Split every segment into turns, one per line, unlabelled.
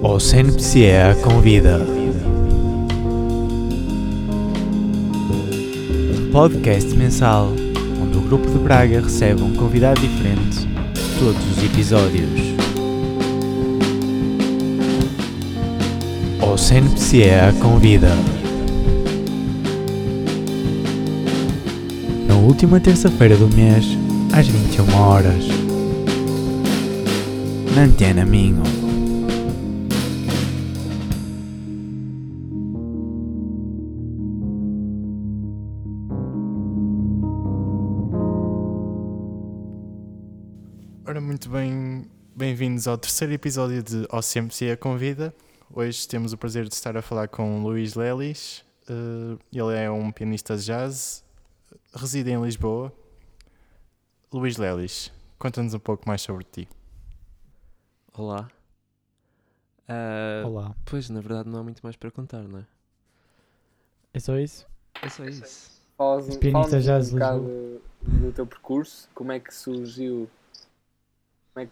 O CNPCA convida. Um podcast mensal onde o Grupo de Braga recebe um convidado diferente todos os episódios. O CNPCA convida. Na última terça-feira do mês, às 21 horas. Na Antena Minho.
Ora, muito bem-vindos ao terceiro episódio de O CNPCA Convida. Hoje temos o prazer de estar a falar com o Luís Lelis. Ele é um pianista de jazz, reside em Lisboa. Luís Lelis, conta-nos um pouco mais sobre ti.
Olá.
Olá.
Pois, na verdade não há muito mais para contar, não é?
É só isso?
É só isso.
Os pianistas jazz
um bocado do teu percurso, como é que surgiu, como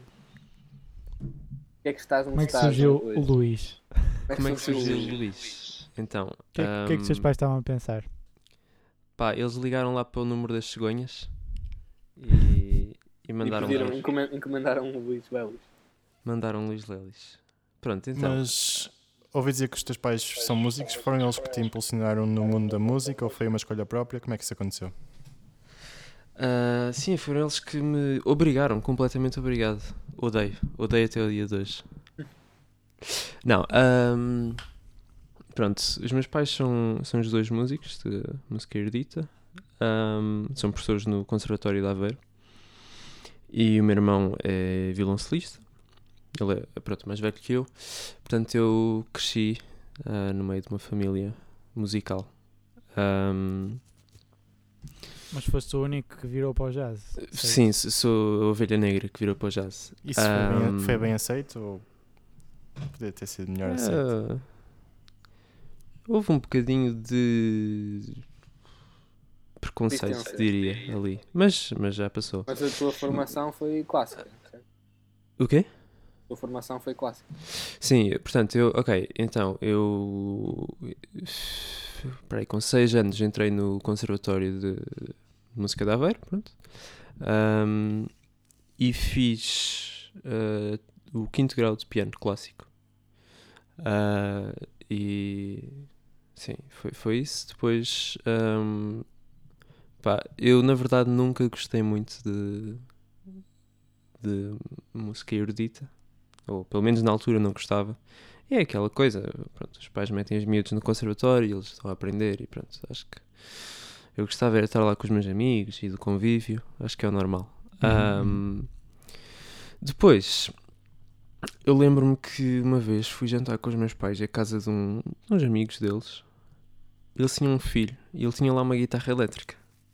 é que estás
Como é que surgiu o Luís?
Como é que surgiu o Luís? Então,
O que é que os seus pais estavam a pensar?
pá, eles ligaram lá para o número das cegonhas e mandaram
encomendaram o Luís Lelis.
mandaram Luís Lelis. Pronto, então.
Mas ouvi dizer que os teus pais são músicos. Foram eles que te impulsionaram no mundo da música ou foi uma escolha própria? Como é que isso aconteceu?
Sim, foram eles que me obrigaram, completamente obrigado. Odeio até o dia de hoje. Não, pronto, os meus pais são os dois músicos de música erudita, são professores no Conservatório de Aveiro e o meu irmão é violoncelista, ele é pronto, mais velho que eu, portanto eu cresci no meio de uma família musical.
Mas foste o único que virou para o jazz? Certo?
Sim, sou a ovelha negra que virou para o jazz.
Isso foi bem aceito ou poderia ter sido melhor aceito?
Houve um bocadinho de preconceito,
Distância.
diria, ali. Mas já passou.
Mas a tua formação foi clássica, certo?
O quê?
A tua formação foi clássica.
Sim, portanto, com 6 anos entrei no Conservatório de Música de Aveiro, pronto. E fiz o 5º grau de piano clássico. E sim, foi isso. Depois, eu na verdade nunca gostei muito de música erudita, ou pelo menos na altura não gostava. É aquela coisa, pronto, os pais metem os miúdos no conservatório e eles estão a aprender e pronto, acho que eu gostava era de estar lá com os meus amigos e do convívio, acho que é o normal. Depois, eu lembro-me que uma vez fui jantar com os meus pais à casa de uns amigos deles. Eles tinham um filho e ele tinha lá uma guitarra elétrica.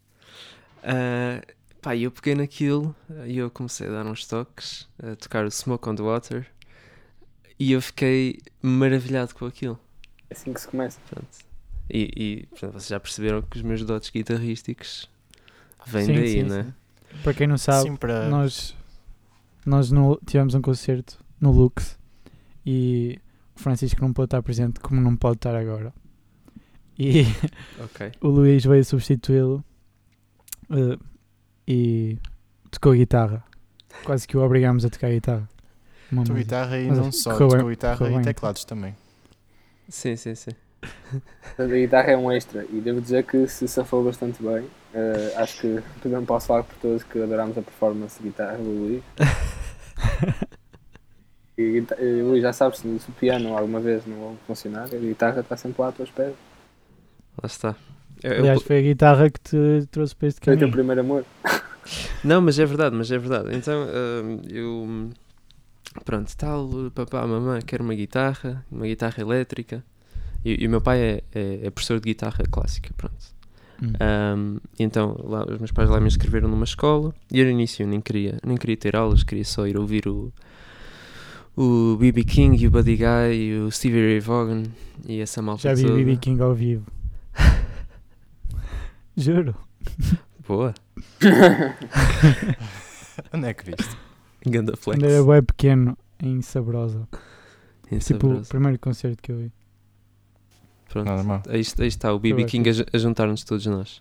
E eu peguei naquilo e eu comecei a dar uns toques, a tocar o Smoke on the Water. E eu fiquei maravilhado com aquilo.
É assim que se começa.
Pronto. E portanto, vocês já perceberam que os meus dotes guitarrísticos vêm
Sim,
daí,
sim,
não é?
sim. Para quem não sabe,
Sim, para...
nós tivemos um concerto no Lux e o Francisco não pôde estar presente como não pode estar agora. E
Ok.
o Luís veio substituí-lo e tocou guitarra. Quase que o obrigámos a tocar guitarra. Uma
Tua
música.
guitarra e
Mas
não só,
correu
tocou
bem,
guitarra
correu
e
bem.
teclados também.
Sim.
A guitarra é um extra e devo dizer que se safou bastante bem. Acho que não posso falar por todos que adorámos a performance de guitarra do Luís. E Luís, já sabes, se o piano alguma vez não funcionar, a guitarra está sempre lá à tua espera.
Lá está.
Aliás, foi a guitarra que te trouxe para este
Foi o teu
caminho.
primeiro amor.
Não, mas é verdade. Então, eu... Pronto, tal, papá, mamãe, quero uma guitarra elétrica. E o meu pai é professor de guitarra clássica, pronto. Então, lá, os meus pais lá me inscreveram numa escola. E no início eu nem queria ter aulas, queria só ir ouvir o B.B. King e o Buddy Guy e o Stevie Ray Vaughan e essa malta
Já vi
toda.
B.B. King ao vivo. Juro.
Boa.
Onde é que viste?
Ganda flex.
Quando era bué pequeno, em Sabrosa.
Em
Tipo, o
Sabrosa.
primeiro concerto que eu vi.
Pronto.
Normal.
Aí está o B.B.
Foi
King a juntar-nos todos nós.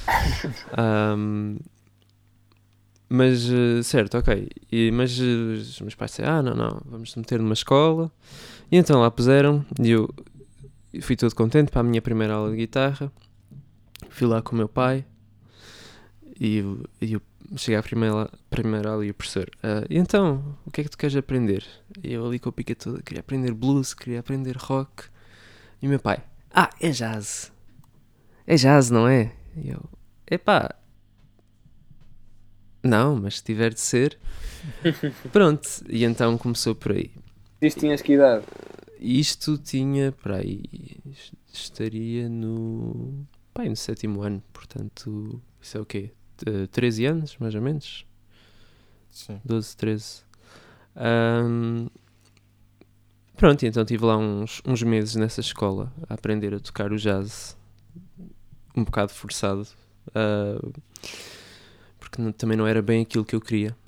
Mas, certo, ok. Mas os meus pais disseram, não, vamos meter numa escola. E então lá puseram, e eu fui todo contente para a minha primeira aula de guitarra. Fui lá com o meu pai, e eu cheguei à primeira aula e o professor, e então, o que é que tu queres aprender? E eu ali com a pica toda, queria aprender blues, queria aprender rock. E o meu pai, é jazz. É jazz, não é? E eu, epá, não, mas se tiver de ser. Pronto, e então começou por aí.
Isto tinhas que idade?
Isto tinha, para aí, estaria no 7º ano, portanto, isso é o quê? 13 anos, mais ou menos?
Sim.
12, 13. Pronto, então estive lá uns meses nessa escola a aprender a tocar o jazz, um bocado forçado, porque também não era bem aquilo que eu queria.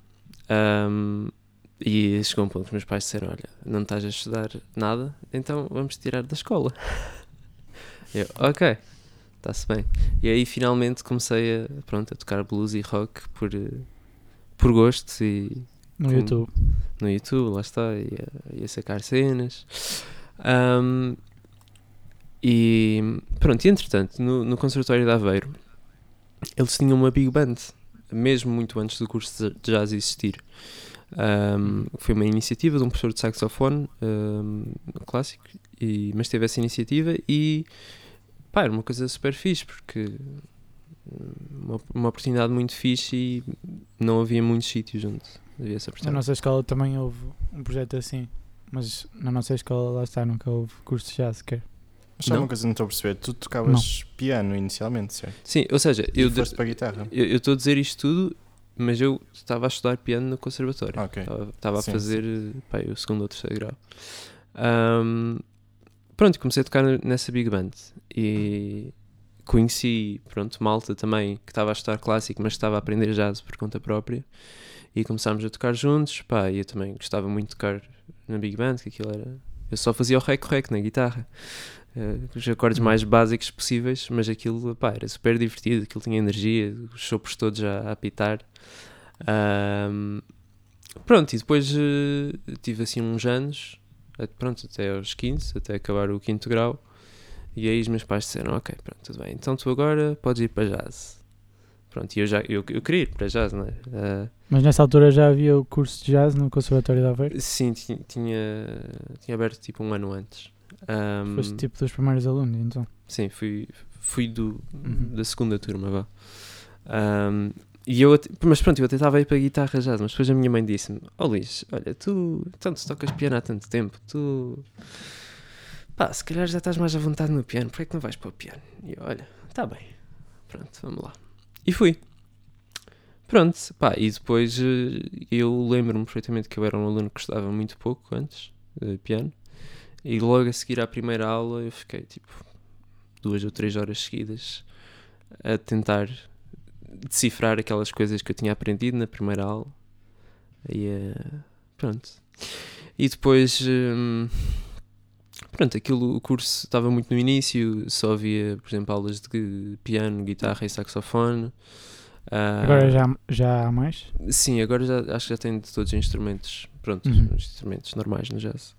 E chegou um ponto que os meus pais disseram, olha, não estás a estudar nada, então vamos te tirar da escola. Eu, ok, está-se bem. E aí finalmente comecei a tocar blues e rock por gosto e
No YouTube.
no YouTube, lá está, ia sacar cenas. E pronto, e entretanto, no Conservatório de Aveiro, eles tinham uma big band, mesmo muito antes do curso de jazz existir. Foi uma iniciativa de um professor de saxofone clássico, mas teve essa iniciativa e pá, era uma coisa super fixe, porque uma oportunidade muito fixe e não havia muitos sítios onde havia essa
Na
oportunidade.
nossa escola também houve um projeto assim, mas na nossa escola, lá está, nunca houve curso de jazz sequer.
Mas só
Não?
uma coisa que não estou a perceber. Tu tocavas piano inicialmente, certo?
Sim, ou seja,
E foste para a guitarra?
eu estou a dizer isto tudo, mas eu estava a estudar piano no conservatório.
Ok.
Estava a
Sim,
fazer pá, o 2º ou 3º grau. Pronto, comecei a tocar nessa big band e conheci, malta também que estava a estudar clássico, mas estava a aprender jazz por conta própria e começámos a tocar juntos, pá, e eu também gostava muito de tocar na big band, que aquilo era... Eu só fazia o rec na guitarra, os acordes mais básicos possíveis, mas aquilo, pá, era super divertido, aquilo tinha energia, os sopros todos a apitar. Pronto, e depois tive assim uns anos, até aos 15, até acabar o 5º grau, e aí os meus pais disseram, ok, pronto, tudo bem, então tu agora podes ir para jazz. Pronto, e eu queria ir para jazz, não é?
Mas nessa altura já havia o curso de jazz no Conservatório de Aveiro?
Sim, tinha aberto tipo um ano antes.
Foste tipo dos primeiros alunos, então?
Sim, fui da 2ª turma, vá. Mas pronto, eu até estava a ir para a guitarra jazz, mas depois a minha mãe disse-me, Luís, olha, tu tocas piano há tanto tempo, pá, se calhar já estás mais à vontade no piano, porquê é que não vais para o piano? E eu, olha, está bem, pronto, vamos lá. E fui. Pronto, pá, e depois eu lembro-me perfeitamente que eu era um aluno que estudava muito pouco antes de piano, e logo a seguir à primeira aula eu fiquei tipo 2 ou 3 horas seguidas a tentar decifrar aquelas coisas que eu tinha aprendido na primeira aula. E pronto. E depois o curso estava muito no início, só havia, por exemplo, aulas de piano, guitarra e saxofone.
Agora já há mais?
Sim, agora acho que já tem de todos os instrumentos, os instrumentos normais no jazz.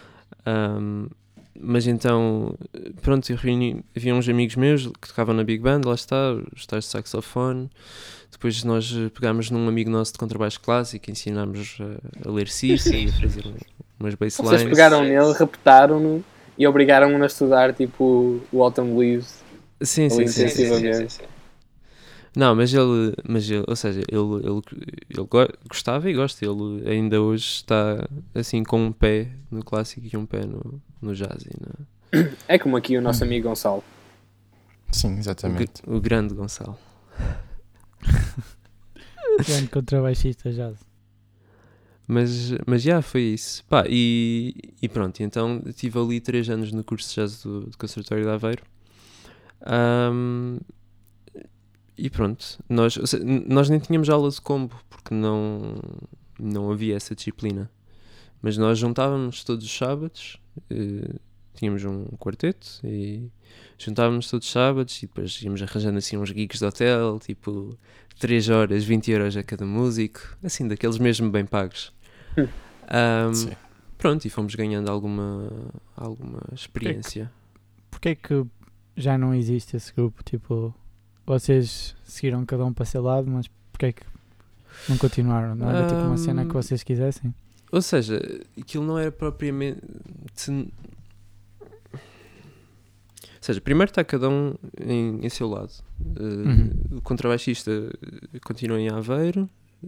Mas então, eu reuni, havia uns amigos meus que tocavam na Big Band, lá está, os tais de saxofone. Depois nós pegámos num amigo nosso de contrabaixo clássico, ensinámos a ler cifras e a fazer umas basslines.
Vocês pegaram nele, repetaram-no e obrigaram-no a estudar tipo o Autumn Leaves.
Sim. Não, mas ele, ou seja, ele gostava e gosta, ele ainda hoje está assim com um pé no clássico e um pé no jazz.
É como aqui o nosso amigo Gonçalo.
Sim, exatamente.
O grande Gonçalo.
Grande contrabaixista jazz.
Mas já foi isso. Pá, e pronto, então tive ali 3 anos no curso de jazz do Conservatório de Aveiro. E pronto, nós nem tínhamos aula de combo, porque não havia essa disciplina. Mas nós juntávamos todos os sábados, tínhamos um quarteto e juntávamos todos os sábados e depois íamos arranjando assim uns gigs de hotel, tipo 3 horas, 20 euros a cada músico, assim, daqueles mesmo bem pagos.
Sim.
Pronto, e fomos ganhando alguma experiência.
Porquê que já não existe esse grupo? Tipo, vocês seguiram cada um para seu lado, mas porquê que não continuaram? Não era tipo uma cena que vocês quisessem?
Ou seja, aquilo não era propriamente... Ou seja, primeiro está cada um em seu lado. O contrabaixista continua em Aveiro,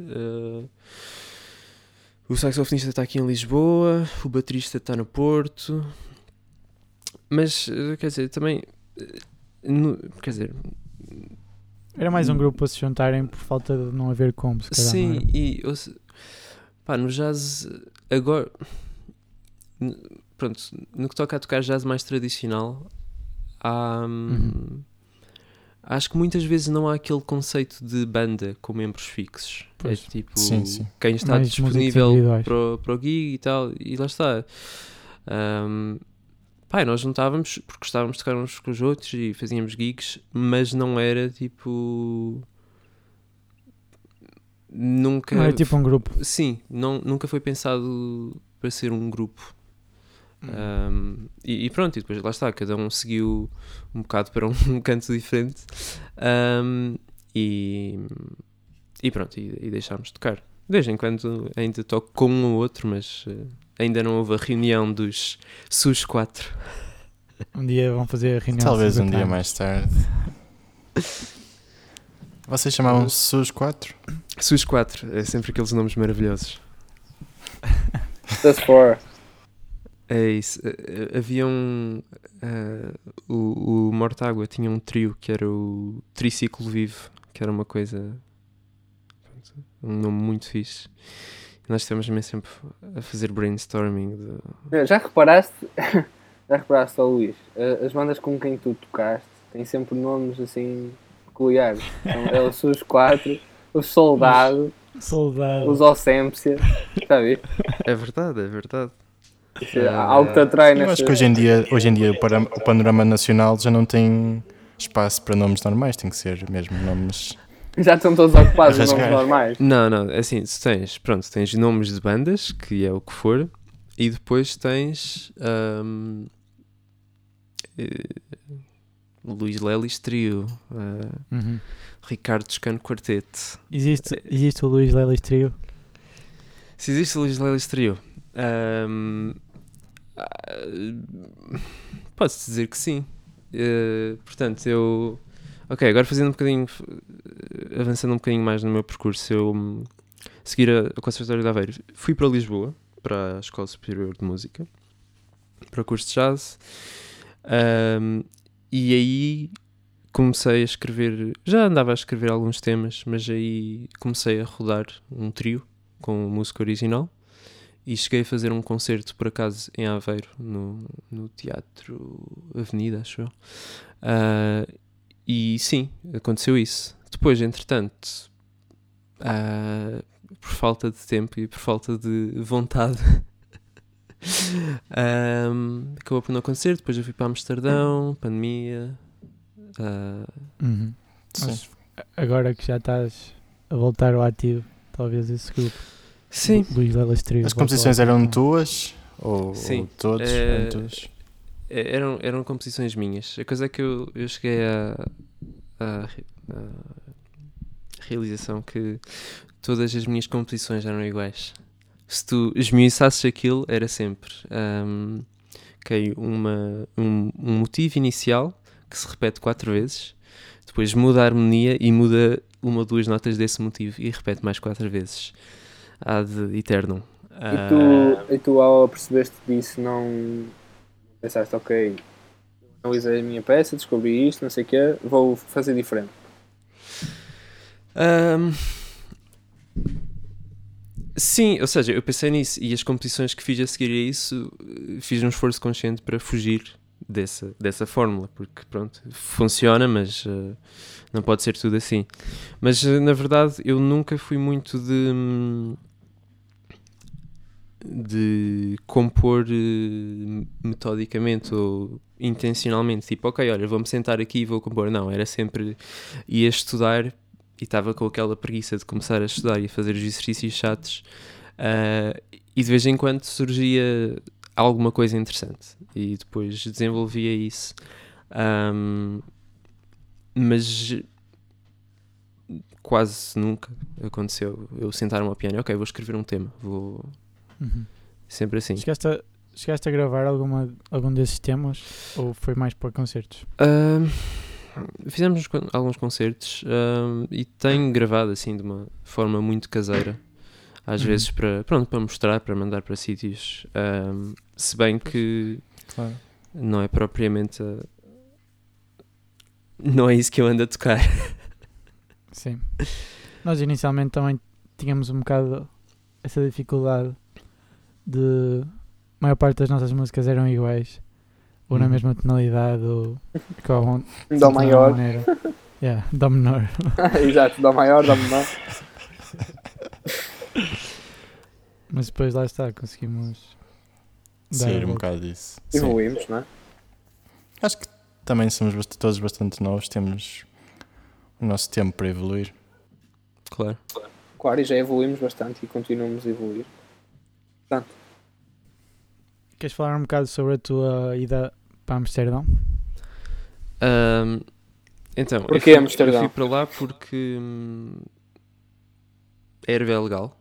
o saxofonista está aqui em Lisboa, o baterista está no Porto, mas, quer dizer, também...
Era mais um grupo para se juntarem por falta de não haver como, se calhar.
Sim, e no jazz agora, pronto, no que toca a tocar jazz mais tradicional, acho que muitas vezes não há aquele conceito de banda com membros fixos.
Pois.
É tipo,
Sim.
quem está
Mais
disponível
músicos
para o gig e tal, e lá está. Nós juntávamos porque gostávamos de tocar uns com os outros e fazíamos gigs, mas não era tipo... Nunca...
Não era tipo um grupo.
Sim, nunca foi pensado para ser um grupo. E pronto, e depois lá está, cada um seguiu um bocado para um canto diferente. E pronto, e deixámos de tocar. De vez em quando ainda toco com um ou outro, mas ainda não houve a reunião dos SUS 4.
Um dia vão fazer a reunião.
Talvez
de
um dia
50 anos.
mais tarde. Vocês chamavam SUS 4?
SUS 4, é sempre aqueles nomes maravilhosos.
That's for.
É isso. Havia o Mortágua tinha um trio que era o Triciclo Vivo, que era uma coisa... um nome muito fixe. E nós estamos mesmo sempre a fazer brainstorming.
Já reparaste, ó Luís, as bandas com quem tu tocaste têm sempre nomes assim peculiares. Então, é o SUS 4, o Soldado, os Ossempsia, está a ver?
É verdade, é verdade.
Algo que te atrai
Eu
nessa...
acho que hoje em dia o panorama nacional já não tem espaço para nomes normais, tem que ser mesmo nomes...
Já estão todos ocupados os nomes
Rasgar.
normais.
Não, assim, tens nomes de bandas, que é o que for, e depois tens Luís Lelis Trio, Ricardo Toscano Quarteto.
Existe o Luís Lelis Trio?
Se existe o Luís Lelis Trio, posso dizer que sim. Portanto, eu... Ok, agora avançando um bocadinho mais no meu percurso, eu segui a Conservatório de Aveiro. Fui para Lisboa, para a Escola Superior de Música, para o curso de jazz, e aí comecei a escrever, já andava a escrever alguns temas, mas aí comecei a rodar um trio com música original e cheguei a fazer um concerto, por acaso, em Aveiro, no Teatro Avenida, acho eu. E sim, aconteceu isso. Depois, entretanto, por falta de tempo e por falta de vontade, acabou por não acontecer. Depois eu fui para Amsterdão, pandemia.
Mas agora que já estás a voltar ao ativo, talvez esse grupo.
Sim.
Luís Lelis Trio.
As composições eram tuas? Ou todos? Eram tuas?
Eram composições minhas. A coisa é que eu cheguei à realização que todas as minhas composições eram iguais. Se tu esmiuçasses aquilo, era sempre um motivo inicial que se repete 4 vezes, depois muda a harmonia e muda uma ou duas notas desse motivo e repete mais 4 vezes. Ad eternum.
E tu ao percebeste disso, não pensaste, ok, analisei a minha peça, descobri isto, não sei o quê, vou fazer diferente.
Sim, ou seja, eu pensei nisso e as composições que fiz a seguir a isso, fiz um esforço consciente para fugir dessa fórmula, porque pronto, funciona, mas não pode ser tudo assim. Mas na verdade eu nunca fui muito de... de compor metodicamente ou intencionalmente, tipo, ok, olha, vou-me sentar aqui e vou compor. Não, era sempre, ia estudar e estava com aquela preguiça de começar a estudar e a fazer os exercícios chatos, e de vez em quando surgia alguma coisa interessante e depois desenvolvia isso. Mas quase nunca aconteceu eu sentar-me ao piano e ok, vou escrever um tema, vou sempre assim.
Chegaste a gravar algum desses temas ou foi mais para concertos?
Fizemos alguns concertos e tenho gravado assim de uma forma muito caseira, às vezes para mostrar, para mandar para sítios, se bem que
claro,
não é propriamente não é isso que eu ando a tocar.
Sim. Nós inicialmente também tínhamos um bocado essa dificuldade de a maior parte das nossas músicas eram iguais, ou na mesma tonalidade, ou com
Dó maior.
Dó menor.
Exato, Dó maior, Dó menor.
Mas depois lá está, conseguimos
sair um bocado disso.
Evoluímos, não é?
Acho que também somos todos bastante novos, temos o nosso tempo para evoluir.
Claro.
Claro, e já evoluímos bastante e continuamos a evoluir. Portanto,
queres falar um bocado sobre a tua ida para Amsterdão?
Então,
porquê Amsterdão?
Eu fui para lá porque era bem legal.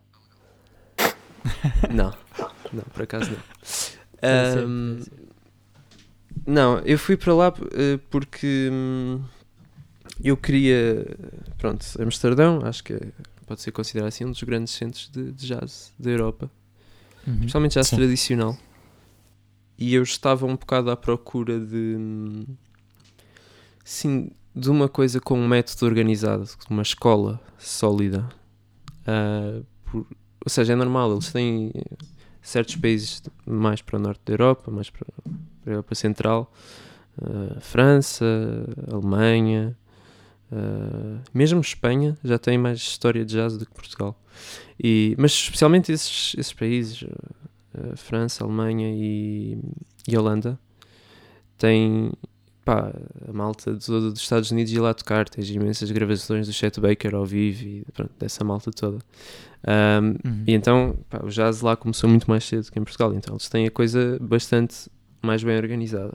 Não, por acaso não. Não, eu fui para lá porque eu queria, pronto, Amsterdão, acho que pode ser considerado assim um dos grandes centros de jazz da Europa, especialmente jazz tradicional, e eu estava um bocado à procura de uma coisa com um método organizado, de uma escola sólida, ou seja, é normal, eles têm certos países mais para o norte da Europa, mais para a Europa Central, França, Alemanha, mesmo Espanha já tem mais história de jazz do que Portugal, mas especialmente esses países, França, Alemanha e Holanda, têm a malta toda dos Estados Unidos ia lá tocar, tens imensas gravações do Chet Baker ao vivo e pronto, dessa malta toda. E então o jazz lá começou muito mais cedo que em Portugal, então eles têm a coisa bastante mais bem organizada.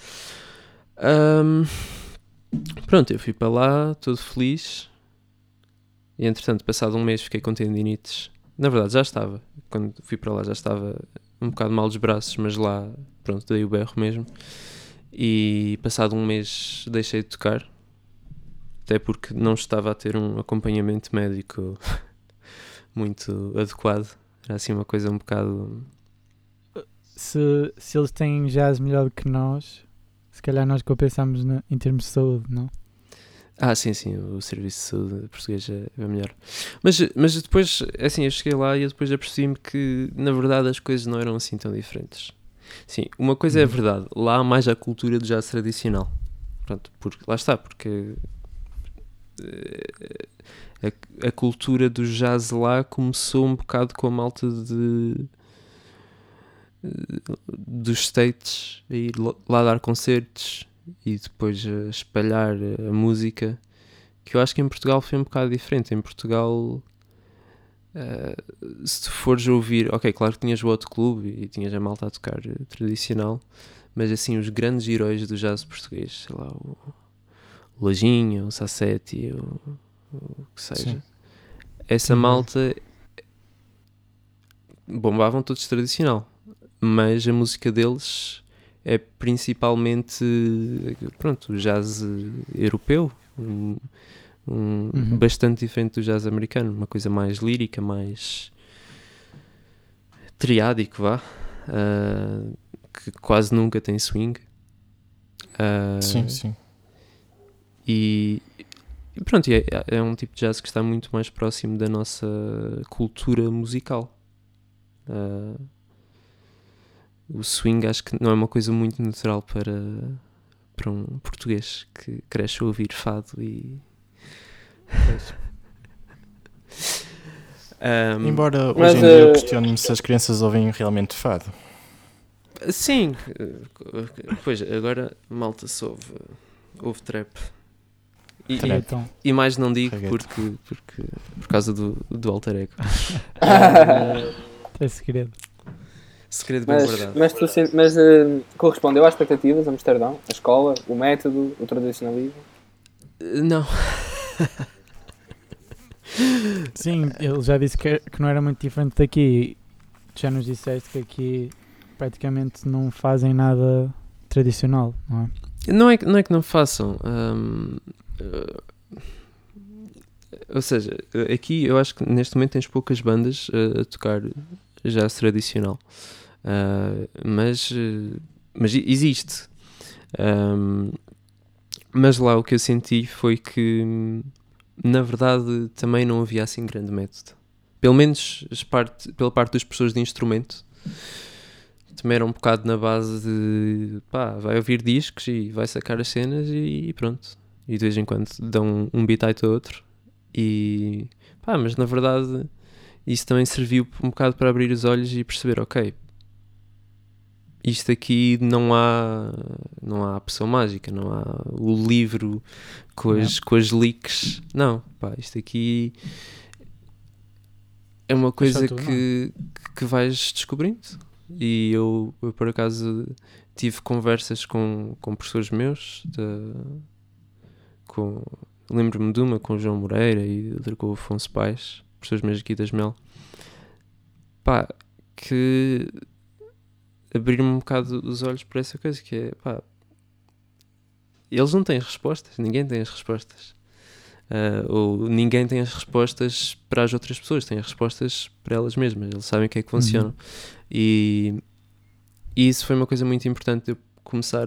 Pronto, eu fui para lá todo feliz e entretanto passado um mês fiquei com tendinites. Na verdade já estava, quando fui para lá já estava um bocado mal dos braços, mas lá pronto, dei o berro mesmo. E passado um mês deixei de tocar, até porque não estava a ter um acompanhamento médico muito adequado. Era assim uma coisa um bocado...
Se eles têm jazz melhor do que nós, se calhar nós compensamos em termos de saúde, não?
Sim, o serviço de saúde português é melhor. Mas depois, assim, eu cheguei lá e eu depois apercebi-me que, na verdade, as coisas não eram assim tão diferentes. Sim, uma coisa é verdade, lá há mais a cultura do jazz tradicional. Pronto, lá está, porque a cultura do jazz lá começou um bocado com a malta dos States, a ir lá dar concertos e depois a espalhar a música, que eu acho que em Portugal foi um bocado diferente. Em Portugal, se tu fores ouvir, ok, claro que tinhas o outro clube e tinhas a malta a tocar tradicional, mas assim, os grandes heróis do jazz português, sei lá, o Lojinha, o Sassetti, o que seja, essa malta bombavam todos tradicional, mas a música deles é principalmente pronto, o jazz europeu, bastante diferente do jazz americano, uma coisa mais lírica, mais triádico, que quase nunca tem swing.
Sim.
E pronto, é um tipo de jazz que está muito mais próximo da nossa cultura musical. O swing acho que não é uma coisa muito natural para um português que cresce a ouvir fado e...
Embora
mas,
hoje em dia eu questione-me se as crianças ouvem realmente fado.
Sim, pois agora malta se ouve trap.
Reggaeton.
E mais não digo
Reggaeton.
porque por causa do alter ego.
É segredo.
Segredo bem guardado.
Mas correspondeu às expectativas, Amsterdão, a escola, o método, o tradicionalismo?
Não.
Sim, ele já disse que não era muito diferente daqui. Já nos disseste que aqui praticamente não fazem nada tradicional, não é?
Não é que não façam. Ou seja, aqui eu acho que neste momento tens poucas bandas a tocar jazz tradicional. Mas existe. Mas lá o que eu senti foi que, na verdade, também não havia assim grande método. Pelo menos pela parte dos professores de instrumento. Também era um bocado na base de vai ouvir discos e vai sacar as cenas e pronto. E de vez em quando dão um beat ao outro. Mas na verdade isso também serviu um bocado para abrir os olhos e perceber, ok, isto aqui não há a pessoa mágica, não há o livro com as leaks. Não, isto aqui é uma coisa que vais descobrindo. E eu por acaso tive conversas com professores meus, lembro-me de uma com o João Moreira e outra com o Afonso Paes, professores meus aqui das Mel, que abriram-me um bocado os olhos para essa coisa, que é, eles não têm as respostas, ninguém tem as respostas. Ou ninguém tem as respostas para as outras pessoas, têm as respostas para elas mesmas, eles sabem o que é que funciona. E isso foi uma coisa muito importante de eu começar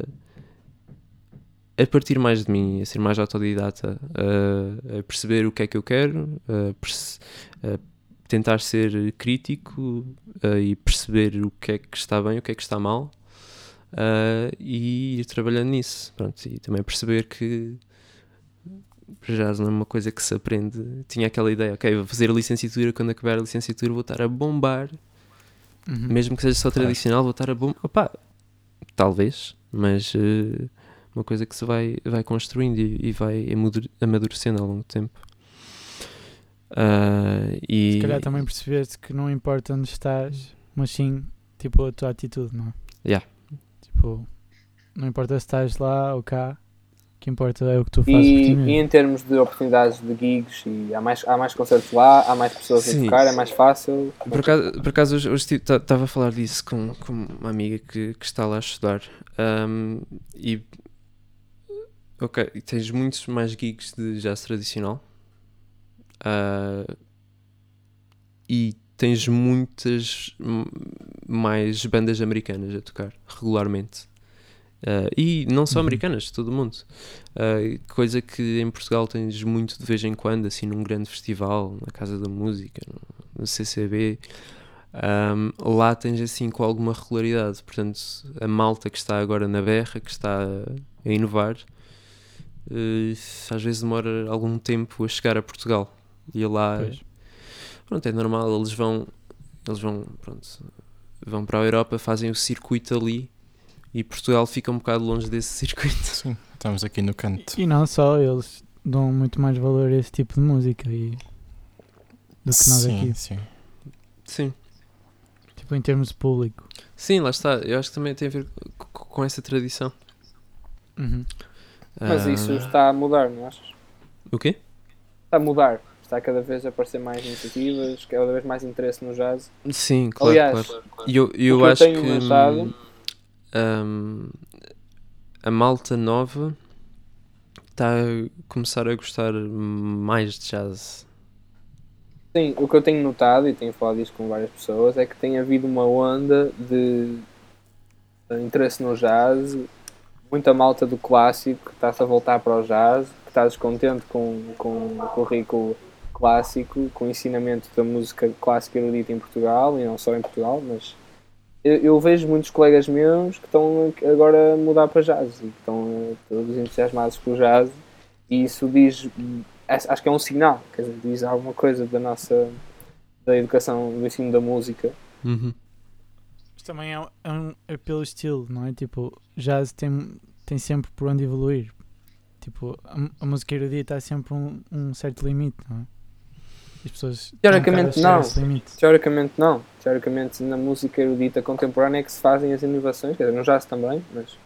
a partir mais de mim, a ser mais autodidata, a perceber o que é que eu quero, a tentar ser crítico e perceber o que é que está bem, o que é que está mal, e ir trabalhando nisso. Pronto, e também perceber que jazz não é uma coisa que se aprende. Tinha aquela ideia, ok, vou fazer a licenciatura, quando acabar a licenciatura vou estar a bombar, mesmo que seja só tradicional, vou estar a bombar. Talvez, mas uma coisa que se vai construindo e vai amadurecendo ao longo do tempo.
Se calhar também percebeste que não importa onde estás, mas sim, tipo, a tua atitude, não é?
Yeah.
Tipo, não importa se estás lá ou cá, o que importa é o que tu fazes por ti mesmo.
E em termos de oportunidades de gigs, e há mais concertos lá, há mais pessoas a tocar, é mais fácil?
Por acaso hoje estava a falar disso com uma amiga que está lá a estudar, e ok, tens muitos mais gigs de jazz tradicional, e tens muitas mais bandas americanas a tocar regularmente, e não só americanas, de todo o mundo, coisa que em Portugal tens muito de vez em quando, assim num grande festival, na Casa da Música, no CCB. Lá tens assim com alguma regularidade. Portanto, a malta que está agora na berra, que está a inovar, às vezes demora algum tempo a chegar a Portugal. E lá, pronto, é normal, eles vão para a Europa, fazem o circuito ali, e Portugal fica um bocado longe desse circuito.
Sim, estamos aqui no canto.
E não só, eles dão muito mais valor a esse tipo de música do que nós aqui.
Sim.
Tipo, em termos de público.
Sim, lá está. Eu acho que também tem a ver com essa tradição.
Mas isso está a mudar, não achas?
O quê?
Está a mudar. Está cada vez a aparecer mais iniciativas, cada vez mais interesse no jazz.
Sim, claro.
Aliás,
claro. Eu acho
tenho
que
notado,
a malta nova está a começar a gostar mais de jazz.
sim, o que eu tenho notado, e tenho falado disso com várias pessoas, é que tem havido uma onda de interesse no jazz, muita malta do clássico que está-se a voltar para o jazz, que está descontente com o currículo clássico, com o ensinamento da música clássica erudita em Portugal, e não só em Portugal, mas eu vejo muitos colegas meus que estão agora a mudar para jazz e que estão todos entusiasmados com o jazz, e isso diz, acho que é um sinal, quer dizer, diz alguma coisa da nossa da educação, do ensino da música.
Uhum.
Mas também é pelo estilo, não é? Tipo, jazz tem sempre por onde evoluir. Tipo, a música erudita há sempre um certo limite, não é? As pessoas
Teoricamente não.
esse limite.
Teoricamente não. Teoricamente na música erudita contemporânea é que se fazem as inovações, quer dizer, no jazz também, mas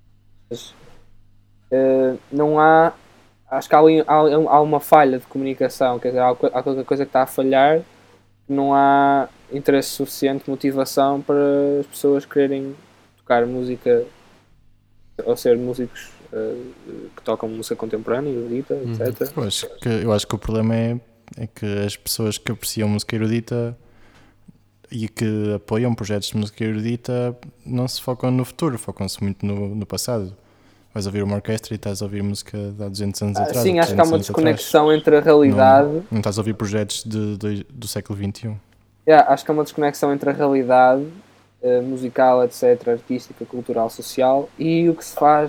não há, acho que há uma falha de comunicação, quer dizer, há qualquer coisa que está a falhar, não há interesse suficiente, motivação para as pessoas quererem tocar música ou ser músicos que tocam música contemporânea, erudita, etc.
Eu acho que o problema é que as pessoas que apreciam música erudita e que apoiam projetos de música erudita não se focam no futuro, focam-se muito no passado. Vais ouvir uma orquestra e estás a ouvir música de há 200 anos atrás.
Sim, acho que há uma desconexão entre a realidade...
Não estás a ouvir projetos do século XXI.
Acho que há uma desconexão entre a realidade musical, etc., artística, cultural, social, e o que se faz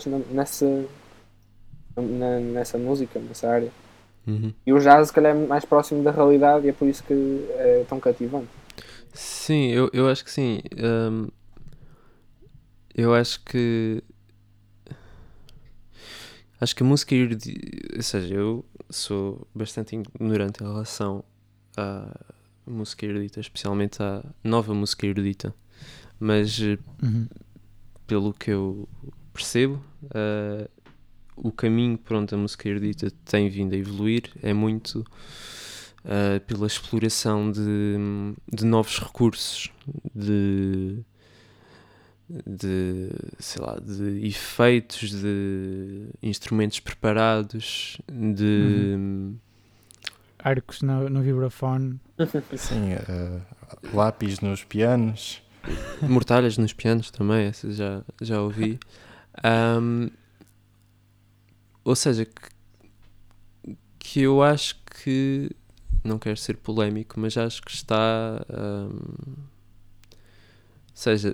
nessa música, nessa área.
Uhum.
E o jazz, se calhar, é mais próximo da realidade e é por isso que é tão cativante.
Sim, eu acho que sim. Eu acho que a música erudita, ou seja, eu sou bastante ignorante em relação à música erudita, especialmente à nova música erudita, mas pelo que eu percebo, o caminho por onde a música erudita tem vindo a evoluir é muito pela exploração de novos recursos, de efeitos, de instrumentos preparados, de
arcos no vibrafone.
Sim, lápis nos pianos,
mortalhas nos pianos também, essa já ouvi. Ou seja, que eu acho que, não quero ser polémico, mas acho que está, ou seja,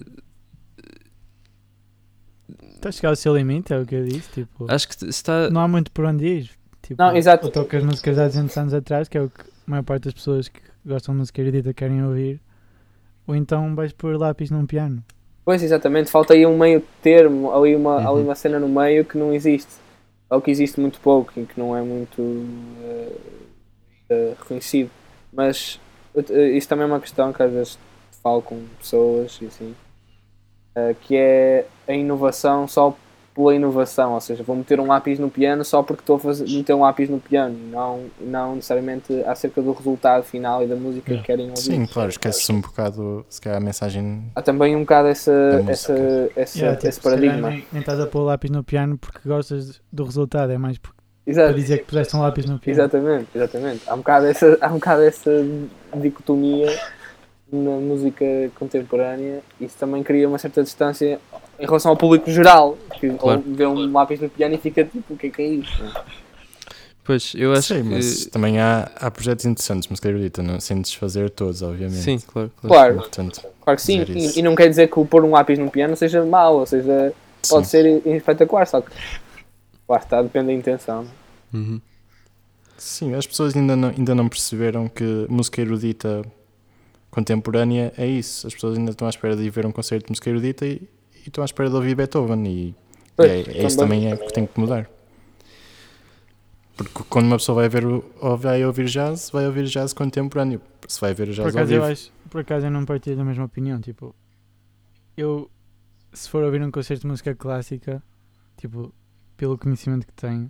está a chegar ao seu limite, é o que eu disse. Tipo,
acho que está...
não há muito por onde ir. Tipo,
Não, exato.
ou tocas músicas de há 200 anos atrás, que é o que a maior parte das pessoas que gostam de música erudita querem ouvir, ou então vais pôr lápis num piano.
Pois, exatamente, falta aí um meio termo, ali uma cena no meio que não existe, ou que existe muito pouco e que não é muito reconhecido. Mas isto também é uma questão que às vezes falo com pessoas e assim, que é a inovação só pela inovação, ou seja, vou meter um lápis no piano só porque estou a meter um lápis no piano, não necessariamente acerca do resultado final e da música que querem ouvir.
Sim, claro, esquece-se um bocado, se calhar, a mensagem.
Há também um bocado esse paradigma.
Nem estás a pôr o lápis no piano porque gostas do resultado, é mais para
Exato.
dizer que puseste um lápis no piano.
Exatamente. Há um bocado essa dicotomia na música contemporânea. Isso também cria uma certa distância em relação ao público geral, que vê um lápis no piano e fica tipo, o que é isso?
Pois, eu acho
que... mas também há projetos interessantes, música erudita, sem desfazer todos, obviamente.
Sim, claro.
Portanto,
claro que sim, e não quer dizer que o pôr um lápis no piano seja mau, ou seja, pode ser espetacular, só que lá está, depende da intenção.
Uhum.
Sim, as pessoas ainda não perceberam que música erudita contemporânea é isso. As pessoas ainda estão à espera de ir ver um concerto de música erudita e estão à espera de ouvir Beethoven e isso também é que tem que mudar. Porque quando uma pessoa vai ouvir jazz contemporâneo. Se vai ver jazz ao vivo.
Por acaso eu não partilho da mesma opinião. Tipo, eu, se for ouvir um concerto de música clássica, tipo, pelo conhecimento que tenho,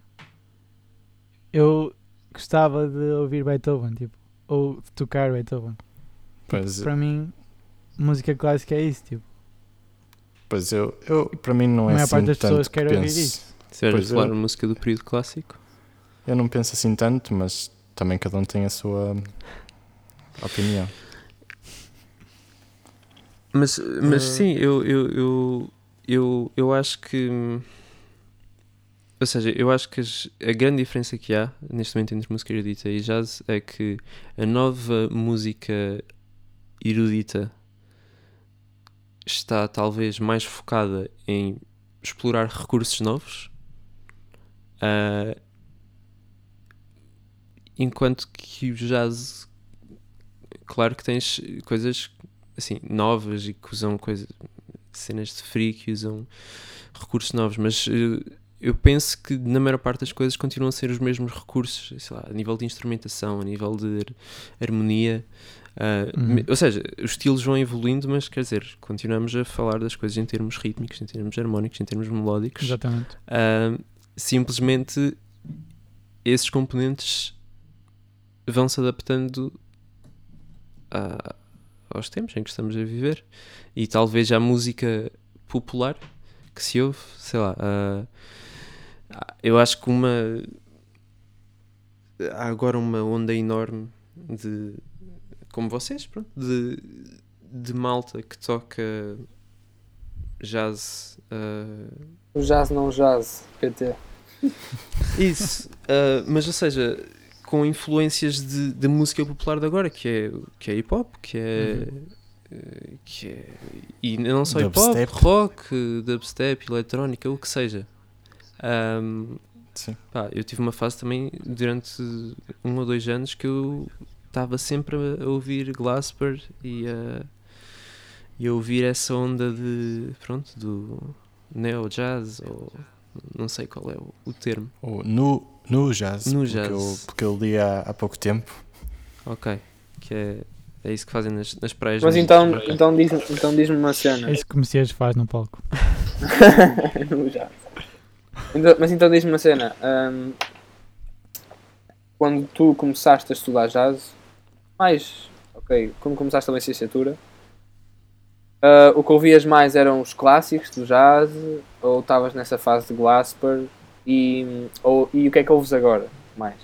eu gostava de ouvir Beethoven, tipo, ou de tocar Beethoven.
Pois,
para mim, música clássica é isso, tipo.
Pois eu para mim não é assim tanto. A maior parte das pessoas
quer ouvir isso.
Se vais falar de música do período clássico?
Eu não penso assim tanto, mas também cada um tem a sua opinião.
Mas sim, eu acho que... Ou seja, eu acho que a grande diferença que há neste momento entre música erudita e jazz é que a nova música erudita está talvez mais focada em explorar recursos novos, enquanto que o jazz claro que tens coisas assim, novas e que usam cenas de freak, usam recursos novos, mas eu penso que na maior parte das coisas continuam a ser os mesmos recursos, sei lá, a nível de instrumentação, a nível de harmonia. Ou seja, os estilos vão evoluindo, mas quer dizer, continuamos a falar das coisas em termos rítmicos, em termos harmónicos, em termos melódicos.
Exatamente.
Simplesmente esses componentes vão se adaptando aos tempos em que estamos a viver, e talvez a música popular que se ouve, sei lá, eu acho que há agora uma onda enorme de, como vocês, pronto, de malta que toca jazz.
O jazz não jazz, PT.
Isso, mas ou seja, com influências de música popular de agora, que é hip hop, que é e não só hip hop, rock, dubstep, eletrónica, o que seja.
Sim.
Eu tive uma fase também durante 1 ou 2 anos que eu estava sempre a ouvir Glasper e a ouvir essa onda do neo jazz, ou não sei qual é o termo.
Ou no jazz,
No
porque,
jazz.
Porque eu li há pouco tempo.
Ok, que é isso que fazem nas praias.
Mas então diz-me uma cena.
É isso que o Messias faz no palco.
No jazz. Mas então diz-me uma cena. Quando tu começaste a estudar jazz, quando começaste a licenciatura, o que ouvias mais eram os clássicos do jazz, ou estavas nessa fase de Glasper, e o que é que ouves agora mais?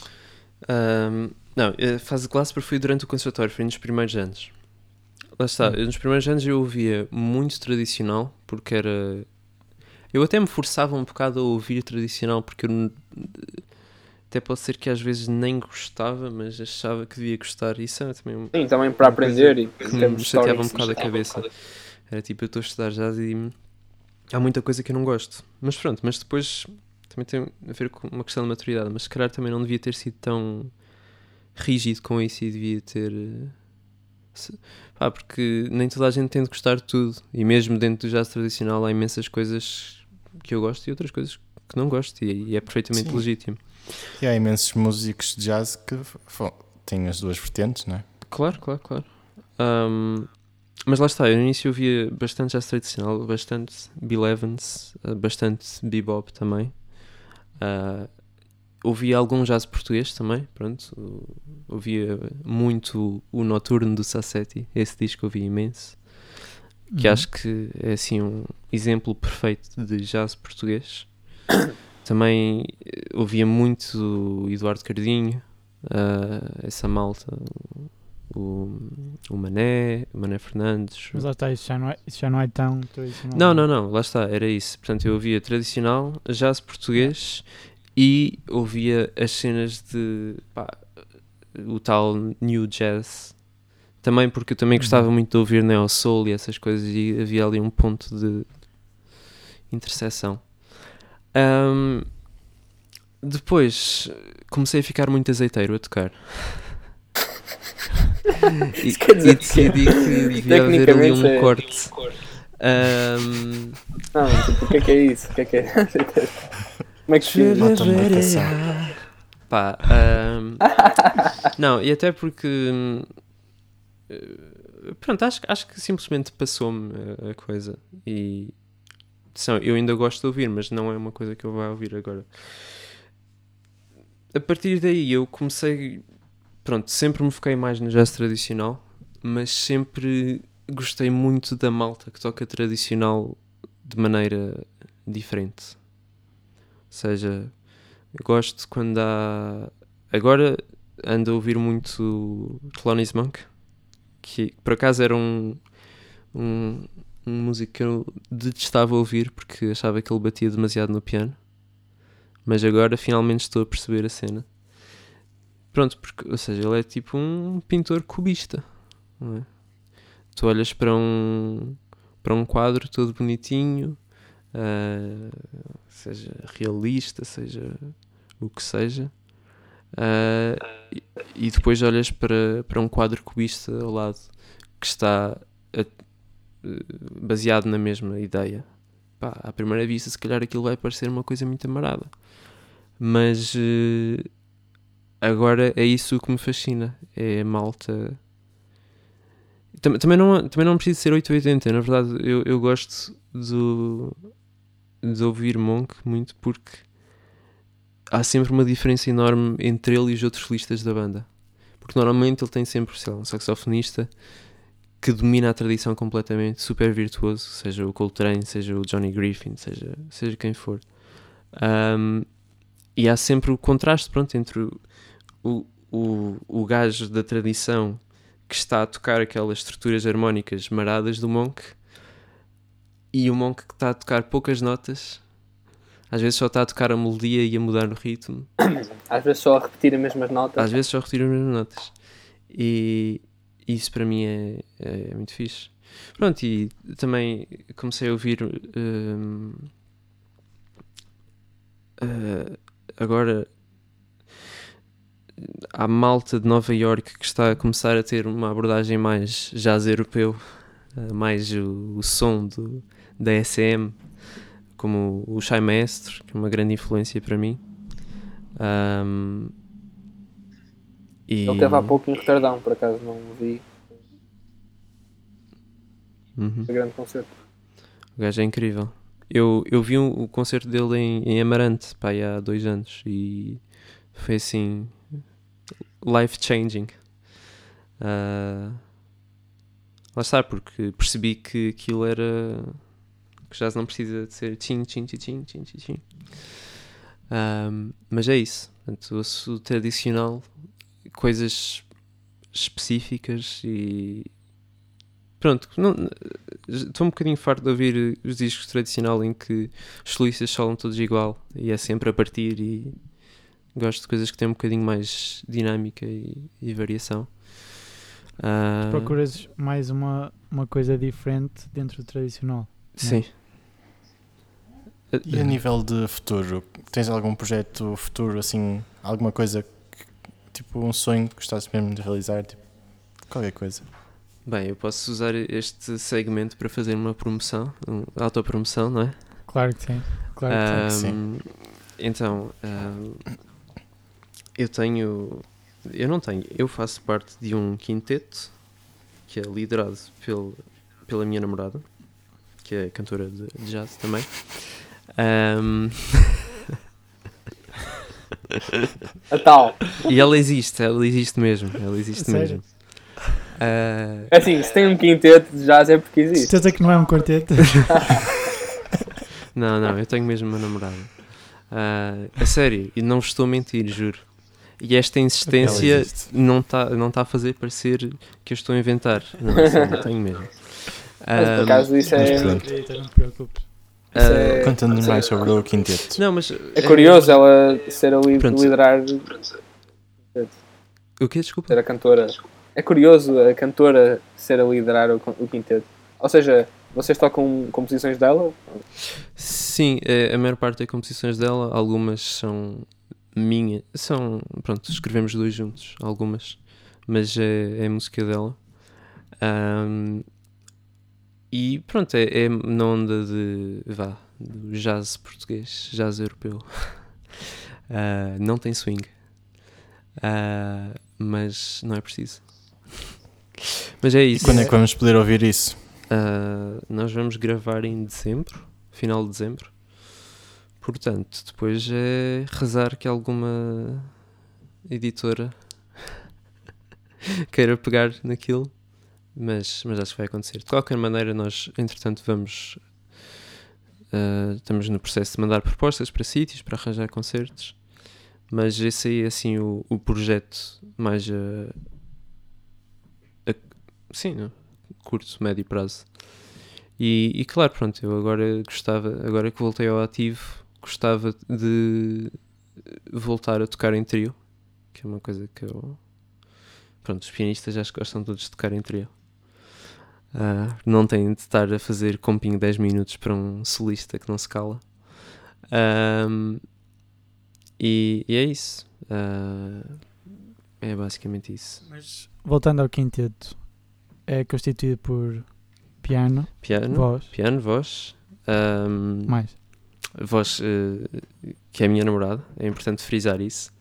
Não, a fase de Glasper foi durante o conservatório, foi nos primeiros anos. Lá está, nos primeiros anos eu ouvia muito tradicional, porque era... Eu até me forçava um bocado a ouvir tradicional, porque eu até pode ser que às vezes nem gostava, mas achava que devia gostar. Isso é também
Sim, também para aprender e
que me chateava um bocado a cabeça. Era tipo, eu estou a estudar jazz e há muita coisa que eu não gosto. Mas pronto, mas depois também tem a ver com uma questão de maturidade, mas se calhar também não devia ter sido tão rígido com isso e devia ter... porque nem toda a gente tem de gostar de tudo, e mesmo dentro do jazz tradicional há imensas coisas que eu gosto e outras coisas que não gosto, e é perfeitamente
Sim.
legítimo.
E há imensos músicos de jazz que têm as duas vertentes, não é?
Claro. Mas lá está, eu no início ouvia bastante jazz tradicional, bastante Bill Evans, bastante bebop também. Ouvia algum jazz português também, pronto. Ouvia muito o Noturno do Sassetti, esse disco ouvia imenso. Que acho que é assim um exemplo perfeito de jazz português. Também ouvia muito o Eduardo Cardinho, essa malta, o Mané Fernandes.
Mas lá está, isso já não é tão tradicional.
Não, lá está, era isso. Portanto, eu ouvia tradicional, jazz português e ouvia as cenas de o tal New Jazz. Também porque eu também gostava muito de ouvir Neo Soul e essas coisas, e havia ali um ponto de interseção. Depois comecei a ficar muito azeiteiro a tocar. e decidi que devia haver ali um corte.
Não, tipo, o que é isso? O que é? Como é que se diz?
Não, e até porque pronto, acho que simplesmente passou-me a coisa, e eu ainda gosto de ouvir, mas não é uma coisa que eu vá ouvir agora. A partir daí eu comecei, sempre me foquei mais no jazz tradicional, mas sempre gostei muito da malta que toca tradicional de maneira diferente. Ou seja, eu gosto quando há... Agora ando a ouvir muito Thelonious Monk, que por acaso era um músico que eu detestava ouvir porque achava que ele batia demasiado no piano, mas agora finalmente estou a perceber a cena. Porque, ou seja, ele é tipo um pintor cubista, não é? Tu olhas para um quadro todo bonitinho, seja realista, seja o que seja, e depois olhas para um quadro cubista ao lado que está baseado na mesma ideia. Pá, à primeira vista se calhar aquilo vai parecer uma coisa muito amarada, mas agora é isso que me fascina, é a malta. Também não preciso ser 880, na verdade eu gosto de ouvir Monk muito porque há sempre uma diferença enorme entre ele e os outros solistas da banda, porque normalmente ele tem sempre, sei lá, um saxofonista que domina a tradição completamente, super virtuoso, seja o Coltrane, seja o Johnny Griffin, seja quem for. E há sempre o contraste, pronto, entre o gajo da tradição que está a tocar aquelas estruturas harmónicas maradas do Monk e o Monk que está a tocar poucas notas, às vezes só está a tocar a melodia e a mudar o ritmo.
Às vezes só a repetir as mesmas notas.
E isso para mim é muito fixe. Pronto, e também comecei a ouvir agora há malta de Nova Iorque que está a começar a ter uma abordagem mais jazz europeu, mais o som da SM, como o Shai Maestro, que é uma grande influência para mim.
Ele esteve há pouco em Roterdão, por acaso não vi.
Uhum.
Foi um grande concerto.
O gajo é incrível. Eu vi o concerto dele em Amarante, pá, há 2 anos, e foi assim life changing. Lá está, porque percebi que aquilo era, que já não precisa de ser tchim, tchim, tchim, tchim, tchim, tchim. Mas é isso. Portanto, ouço tradicional, coisas específicas e pronto, estou um bocadinho farto de ouvir os discos tradicional em que os solistas solam todos igual e é sempre a partir, e gosto de coisas que têm um bocadinho mais dinâmica e variação.
Procuras mais uma coisa diferente dentro do tradicional.
Sim.
E a nível de futuro, tens algum projeto futuro, assim, alguma coisa, tipo um sonho que gostasses mesmo de realizar, tipo, qualquer coisa?
Bem, eu posso usar este segmento para fazer uma promoção, autopromoção, não é?
Claro que sim. Claro que sim.
Então, eu faço parte de um quinteto que é liderado pela minha namorada, que é cantora de jazz também.
A tal.
E ela existe mesmo.
Sério?
Assim, se tem um quinteto de jazz é porque existe.
Certeza que não é um quarteto?
Não, eu tenho mesmo uma namorada. A sério, e não vos estou a mentir, juro. E esta insistência não está a fazer parecer que eu estou a inventar. Não, eu tenho mesmo.
Mas por acaso isso é...
Não te preocupes.
Conta-nos mais sobre o quinteto.
Não, mas
é curioso ela ser a liderar...
O quê? Desculpa?
Ser a cantora. É curioso a cantora ser a liderar o quinteto. Ou seja, vocês tocam composições dela?
Sim, a maior parte é composições dela. Algumas são minha. Pronto, escrevemos 2 juntos. Algumas. Mas é música dela. E pronto, é na onda do jazz português, jazz europeu. Não tem swing. Mas não é preciso. Mas é isso.
E quando é que vamos poder ouvir isso?
Nós vamos gravar em dezembro, final de dezembro. Portanto, depois é rezar que alguma editora queira pegar naquilo. Mas acho que vai acontecer. De qualquer maneira, nós, entretanto, estamos no processo de mandar propostas para sítios, para arranjar concertos. Mas esse aí é assim o projeto mais curto, médio prazo. E claro, pronto, eu agora que voltei ao ativo, gostava de voltar a tocar em trio, que é uma coisa que os pianistas já gostam todos de tocar em trio. Não têm de estar a fazer comping 10 minutos para um solista que não se cala. E é isso. É basicamente isso.
Mas voltando ao quinteto, é constituído por piano,
voz,
mais.
voz, que é a minha namorada, é importante frisar isso.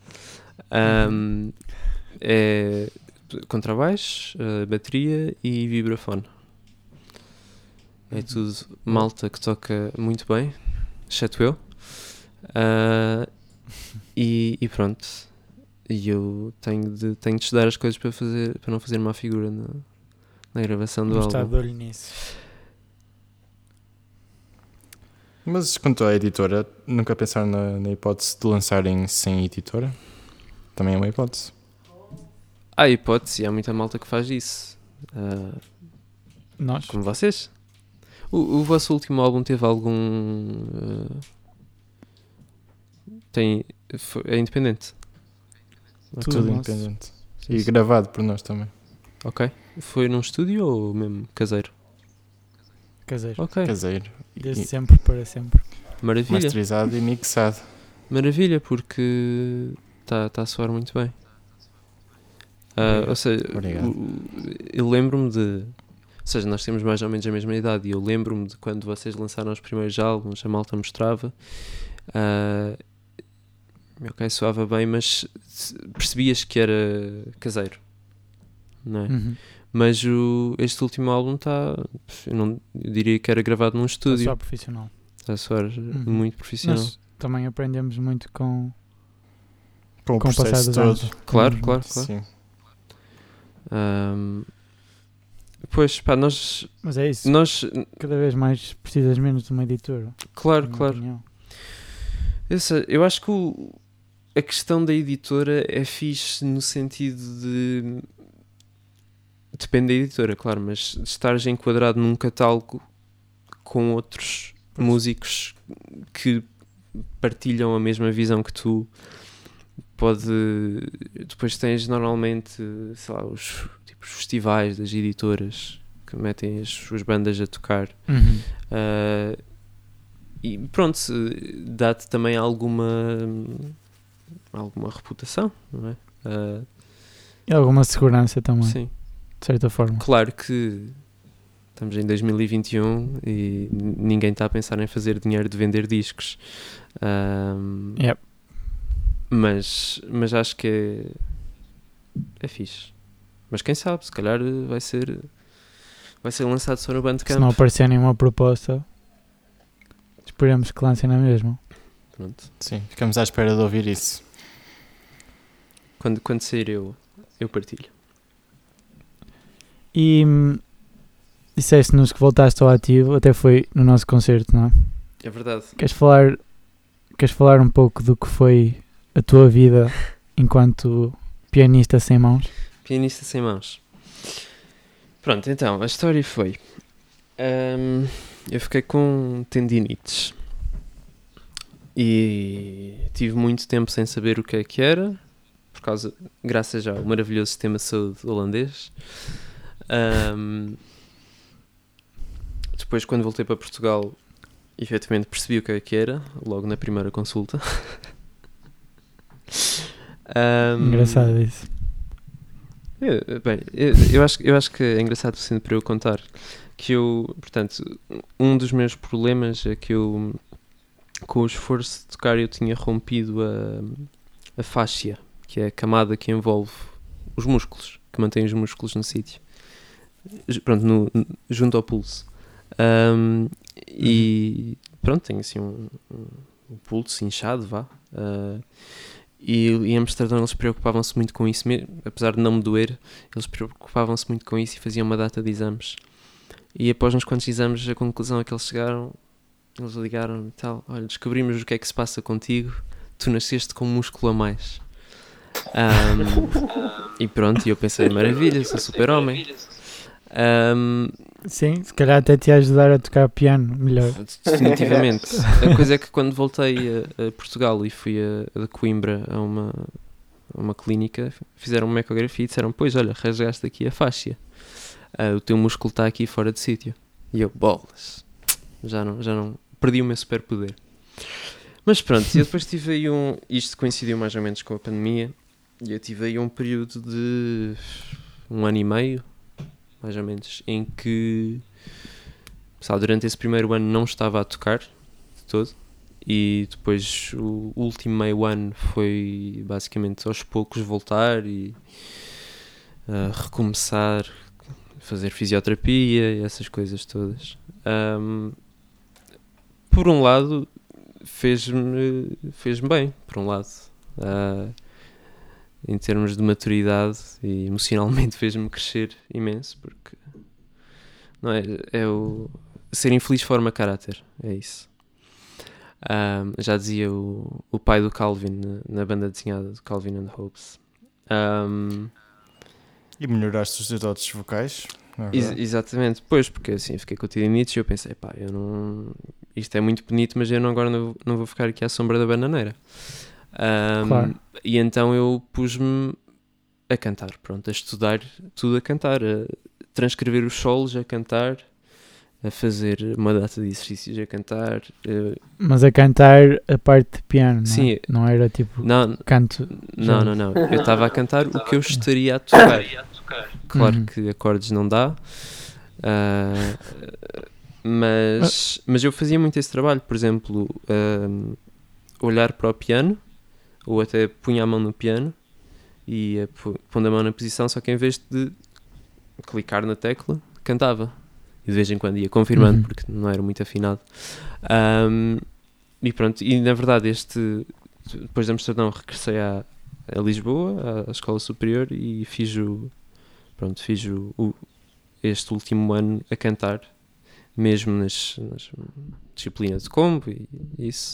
É contrabaixo, bateria e vibrafone. É tudo malta que toca muito bem, exceto eu. E pronto. E eu tenho de estudar as coisas para não fazer má figura na gravação do
Vou estar
álbum.
de olho nisso.
Mas quanto à editora, nunca pensaram na hipótese de lançarem sem editora? Também é uma hipótese.
Há hipótese, há muita malta que faz isso.
Nós?
Como vocês. O vosso último álbum teve algum... é independente?
Tudo
nosso.
independente. E gravado por nós também.
Ok. Foi num estúdio ou mesmo caseiro?
Caseiro.
Ok.
Caseiro.
Desde
E
sempre para sempre.
Maravilha.
masterizado e mixado.
Maravilha, porque está a soar muito bem. Ou seja,
Obrigado.
eu lembro-me de... Ou seja, nós temos mais ou menos a mesma idade e eu lembro-me de quando vocês lançaram os primeiros álbuns, a malta mostrava. Ok, soava bem, mas percebias que era caseiro, não é? Mas este último álbum eu diria que era gravado num estúdio.
Só profissional.
Está a soar muito profissional.
Nós também aprendemos muito com
Com o
o passar
processo
dos
todo.
anos.
Claro.
Sim.
Pois, pá, nós...
Mas é isso. Cada vez mais precisas menos de uma editora.
Claro,
na minha
claro.
opinião.
Eu acho que a questão da editora é fixe no sentido de... Depende da editora, claro, mas de estares enquadrado num catálogo com outros músicos que partilham a mesma visão que tu. Depois tens normalmente, sei lá, os festivais das editoras que metem as suas bandas a tocar. E pronto, dá-te também alguma reputação, não é?
E alguma segurança também,
Sim.
de certa forma.
Claro que estamos em 2021 e ninguém está a pensar em fazer dinheiro de vender discos. Mas acho que é fixe. Mas quem sabe, se calhar vai ser lançado só no Bandcamp.
Se não aparecer nenhuma proposta, esperemos que lancem na mesma.
Pronto.
Sim, ficamos à espera de ouvir isso.
Quando sair eu partilho.
E disseste-nos que voltaste ao ativo, até foi no nosso concerto, não é?
É verdade.
Queres falar um pouco do que foi a tua vida enquanto pianista sem mãos?
Pianista sem mãos. Pronto, então, a história foi... eu fiquei com tendinites. E tive muito tempo sem saber o que é que era, graças ao maravilhoso sistema de saúde holandês. Depois, quando voltei para Portugal, efetivamente percebi o que é que era, logo na primeira consulta.
Engraçado isso.
Eu acho que é engraçado sendo para eu contar que portanto, um dos meus problemas é que eu, com o esforço de tocar, eu tinha rompido a fáscia, que é a camada que envolve os músculos, que mantém os músculos no sítio, pronto, junto ao pulso. E pronto, tenho assim um pulso inchado, vá. E em Amsterdão eles preocupavam-se muito com isso, apesar de não me doer, eles preocupavam-se muito com isso e faziam uma data de exames. E após uns quantos exames, a conclusão a que eles chegaram, eles ligaram e tal: olha, descobrimos o que é que se passa contigo, tu nasceste com um músculo a mais. E pronto, eu pensei, maravilha, sou super-homem.
Sim, se calhar até te ia ajudar a tocar piano melhor.
Definitivamente. A coisa é que quando voltei a Portugal e fui a Coimbra a uma clínica, fizeram uma ecografia e disseram: pois, olha, rasgaste aqui a fáscia, o teu músculo está aqui fora de sítio. E eu, bolas, já não perdi o meu superpoder. Mas pronto, eu depois tive aí isto coincidiu mais ou menos com a pandemia, e eu tive aí um período de 1 ano e meio, mais ou menos, em que, sabe, durante esse primeiro ano não estava a tocar de todo, e depois o último meio ano foi basicamente aos poucos voltar e recomeçar, fazer fisioterapia e essas coisas todas. Por um lado, fez-me bem, por um lado. Em termos de maturidade e emocionalmente fez-me crescer imenso, porque não é, ser infeliz forma caráter, é isso. Já dizia o pai do Calvin na banda desenhada do Calvin and Hobbes.
E melhoraste os teus dotes vocais?
Exatamente, pois, porque assim, fiquei com o Nietzsche e eu pensei, pá, isto é muito bonito, mas eu agora não vou ficar aqui à sombra da bananeira.
Claro.
E então eu pus-me a cantar, pronto, a estudar tudo a cantar, a transcrever os solos a cantar, a fazer uma data de exercícios a cantar.
Mas a cantar a parte de piano,
sim,
não era tipo canto.
Não. Eu estava a cantar o que eu estaria a tocar. Claro que acordes não dá, mas eu fazia muito esse trabalho, por exemplo, olhar para o piano, ou até punha a mão no piano e pondo a mão na posição, só que em vez de clicar na tecla, cantava. E de vez em quando ia confirmando, porque não era muito afinado. E pronto, e na verdade depois de Amsterdão regressei a Lisboa, à Escola Superior, e fiz este último ano a cantar, mesmo nas disciplinas de combo e isso.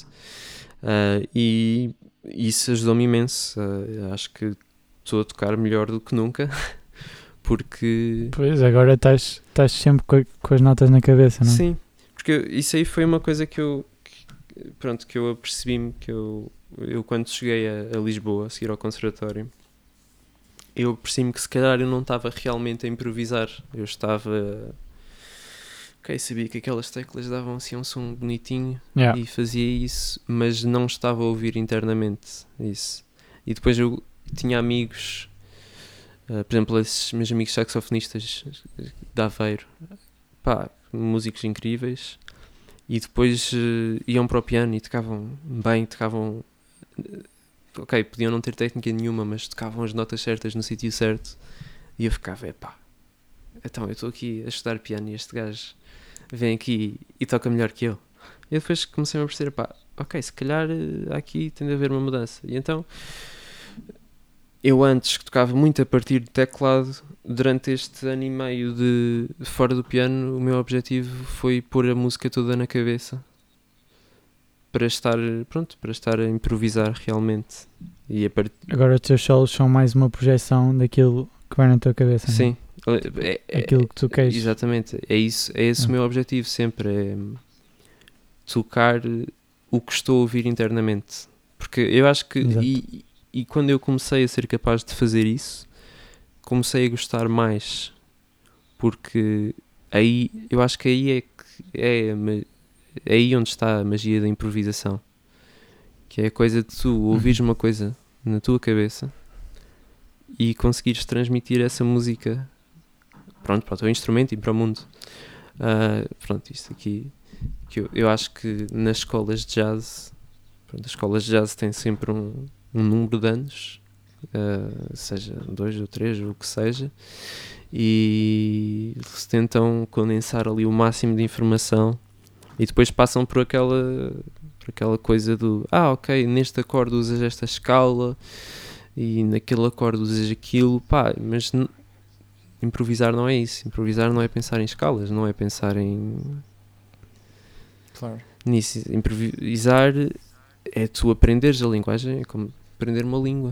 E isso ajudou-me imenso. Acho que estou a tocar melhor do que nunca, porque...
Pois, agora estás sempre com as notas na cabeça, não é?
Sim, porque isso aí foi uma coisa que eu apercebi-me, que eu quando cheguei a Lisboa, a seguir ao conservatório, eu percebi-me que se calhar eu não estava realmente a improvisar. Eu estava... sabia que aquelas teclas davam assim um som bonitinho, e fazia isso, mas não estava a ouvir internamente isso. E depois eu tinha amigos, por exemplo, esses meus amigos saxofonistas de Aveiro, músicos incríveis, e depois iam para o piano e tocavam bem, podiam não ter técnica nenhuma, mas tocavam as notas certas no sítio certo, e eu ficava, então eu estou aqui a estudar piano e este gajo vem aqui e toca melhor que eu. E depois comecei a perceber, se calhar aqui tem de haver uma mudança. E então, eu antes que tocava muito a partir do teclado, durante este ano e meio de fora do piano, o meu objetivo foi pôr a música toda na cabeça, para estar a improvisar realmente. E
Agora os teus solos são mais uma projeção daquilo que vai na tua cabeça.
Sim.
Não? Aquilo que tu queres.
Exatamente, é esse o meu objetivo sempre, é tocar o que estou a ouvir internamente, porque eu acho que e quando eu comecei a ser capaz de fazer isso, comecei a gostar mais, porque aí eu acho que aí é aí onde está a magia da improvisação, que é a coisa de tu ouvires uma coisa na tua cabeça e conseguires transmitir essa música para o teu instrumento e para o mundo. Isto aqui, que eu acho que nas escolas de jazz, as escolas de jazz têm sempre um número de anos, seja 2 ou 3, ou o que seja, e se tentam condensar ali o máximo de informação, e depois passam por aquela coisa do neste acorde usas esta escala e naquele acorde usas aquilo, mas improvisar não é isso. Improvisar não é pensar em escalas, não é pensar nisso. Improvisar é tu aprenderes a linguagem, é como aprender uma língua.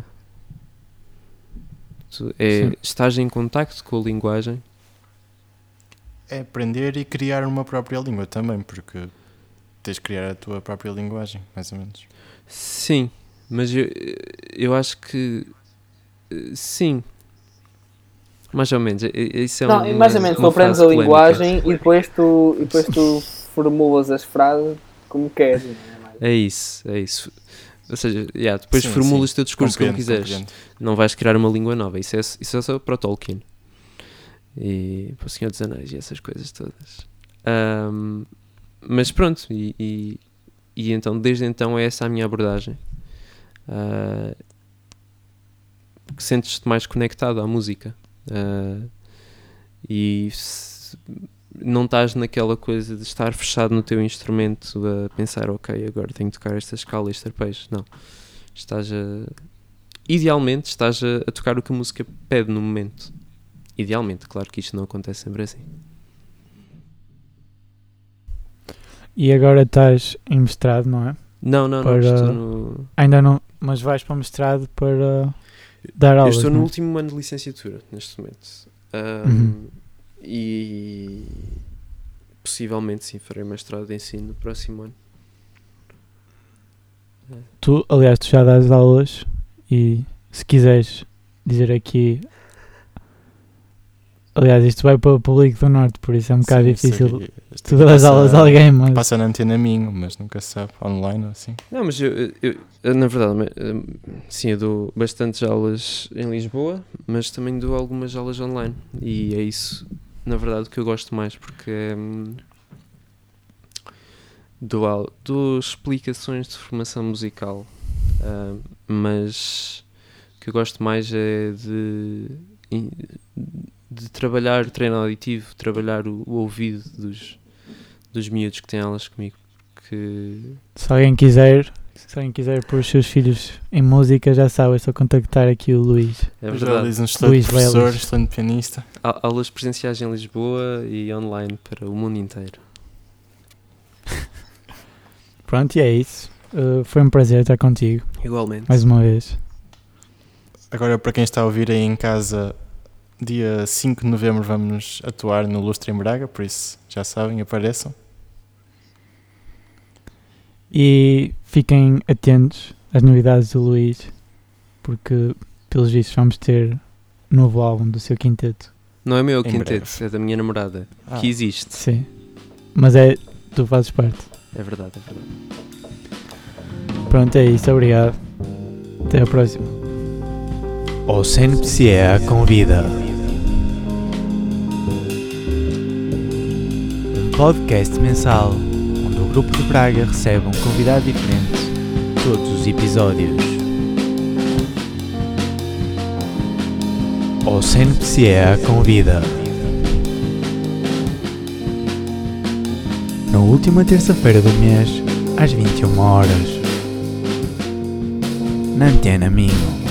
Estás em contacto com a linguagem.
É aprender e criar uma própria língua também, porque tens de criar a tua própria linguagem, mais ou menos.
Sim, mas eu acho que sim. Mais ou menos, isso é
mais ou menos, tu aprendes a linguagem e depois tu formulas as frases como queres, não é?
É isso. Ou seja, depois
Sim,
formulas
sim.
o teu discurso como
Compreendo,
quiseres.
compreendo.
Não vais criar uma língua nova. Isso é só para o Tolkien. E para o Senhor dos Anéis e essas coisas todas. Mas pronto, e então, desde então, é essa a minha abordagem. Sentes-te mais conectado à música. E não estás naquela coisa de estar fechado no teu instrumento a pensar, ok, agora tenho que tocar esta escala, este arpejo. Não. Idealmente estás a tocar o que a música pede no momento. Idealmente, claro que isto não acontece sempre assim.
E agora estás em mestrado, não é?
Não,
Para-
estou no...
Ainda não, mas vais para o mestrado para dar
Eu
aulas,
estou no
não é?
último ano de licenciatura, neste momento.
Uhum.
E possivelmente sim, farei mestrado de ensino no próximo ano.
Tu, aliás, tu já dás aulas e se quiseres dizer aqui... Aliás, isto vai para o público do Norte, por isso é um bocado
Sim,
difícil
sei.
tu das aulas a alguém, mas...
Passa na antena minho, mas nunca se sabe, online ou assim.
Não, mas eu na verdade, sim, eu dou bastantes aulas em Lisboa, mas também dou algumas aulas online. E é isso, na verdade, que eu gosto mais, porque dou explicações de formação musical, mas o que eu gosto mais é de trabalhar o treino auditivo, trabalhar o ouvido dos miúdos que têm aulas comigo.
Se alguém quiser pôr os seus filhos em música, já sabe, é só contactar aqui o Luís.
É
Mas
verdade.
diz um excelente
Luís
professor,
Lelis.
excelente pianista.
Aulas presenciais em Lisboa e online para o mundo inteiro.
Pronto, e é isso. Foi um prazer estar contigo,
Igualmente.
mais uma vez.
Agora, para quem está a ouvir aí em casa, dia 5 de novembro vamos atuar no Lustre em Braga, por isso já sabem, apareçam.
E fiquem atentos às novidades do Luís, porque, pelos vistos, vamos ter novo álbum do seu quinteto.
Não é meu
Em
quinteto,
breve.
é da minha namorada,
Ah.
que existe.
Sim. Mas tu fazes parte.
É verdade, é verdade.
Pronto, é isso. Obrigado. Até a próxima.
O CNPCA convida. Um podcast mensal onde o Grupo de Braga recebe um convidado diferente todos os episódios. O CNPCA convida. Na última terça-feira do mês, às 21 horas. Na Antena Minho.